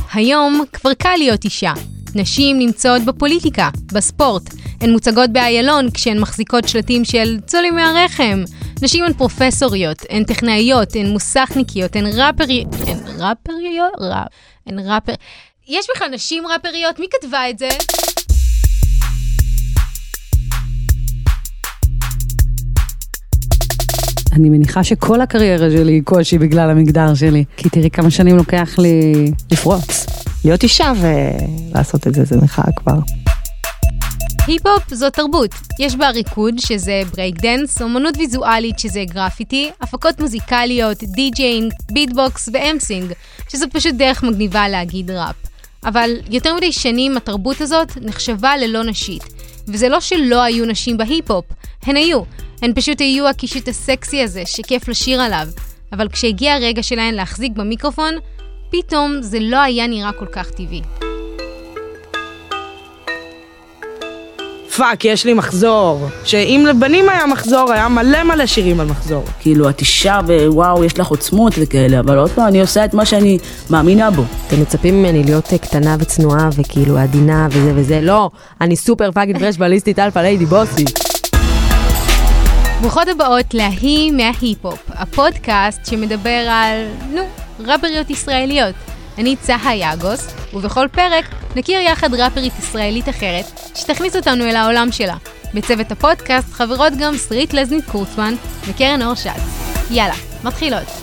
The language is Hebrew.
היום כבר קל להיות אישה. נשים נמצאות בפוליטיקה, בספורט. הן מוצגות באיילון כשהן מחזיקות שלטים של צולי מהרחם. נשים הן פרופסוריות, הן טכנאיות, הן מוסכניקיות, הן ראפריות? יש בכלל נשים ראפריות? מי כתבה את זה? אני מניחה שכל הקריירה שלי היא קושי בגלל המגדר שלי. כי תראי כמה שנים לוקח לי לפרוץ. להיות אישה ולעשות את זה, זה מחאה כבר. היפ-הופ זו תרבות. יש בה ריקוד, שזה ברייק דנס, אומנות ויזואלית, שזה גרפיטי, הפקות מוזיקליות, די-ג'יינג, ביטבוקס ואמסינג, שזו פשוט דרך מגניבה להגיד ראפ. אבל יותר מדי שנים התרבות הזאת נחשבה ללא נשית. וזה לא שלא היו נשים בהיפ-הופ, הן היו. הן פשוט היו הקישוט הסקסי הזה שכיף לשיר עליו. אבל כשהגיע הרגע שלהן להחזיק במיקרופון, פתאום זה לא היה נראה כל כך טבעי. פאק, יש לי מחזור. שאם לבנים היה מחזור, היה מלא שירים על מחזור. כאילו, את אישה ווואו, יש לך עוצמות וכאלה, אבל עוד פעם, אני עושה את מה שאני מאמינה בו. אתם מצפים ממני להיות קטנה וצנועה וכאילו עדינה וזה וזה. לא, אני סופר פאקינג פרש בליסטית אלפא ליידי בוסי. ברוכות הבאות להיא מההיפ-הופ, הפודקאסט שמדבר על, ראפריות ישראליות. אני צחה יאגוס, ובכל פרק נכיר יחד ראפרית ישראלית אחרת שתכניס אותנו אל העולם שלה. בצוות הפודקאסט חברות גם שרית לזנית קורצמן וקרן אור שץ. יאללה, מתחילות.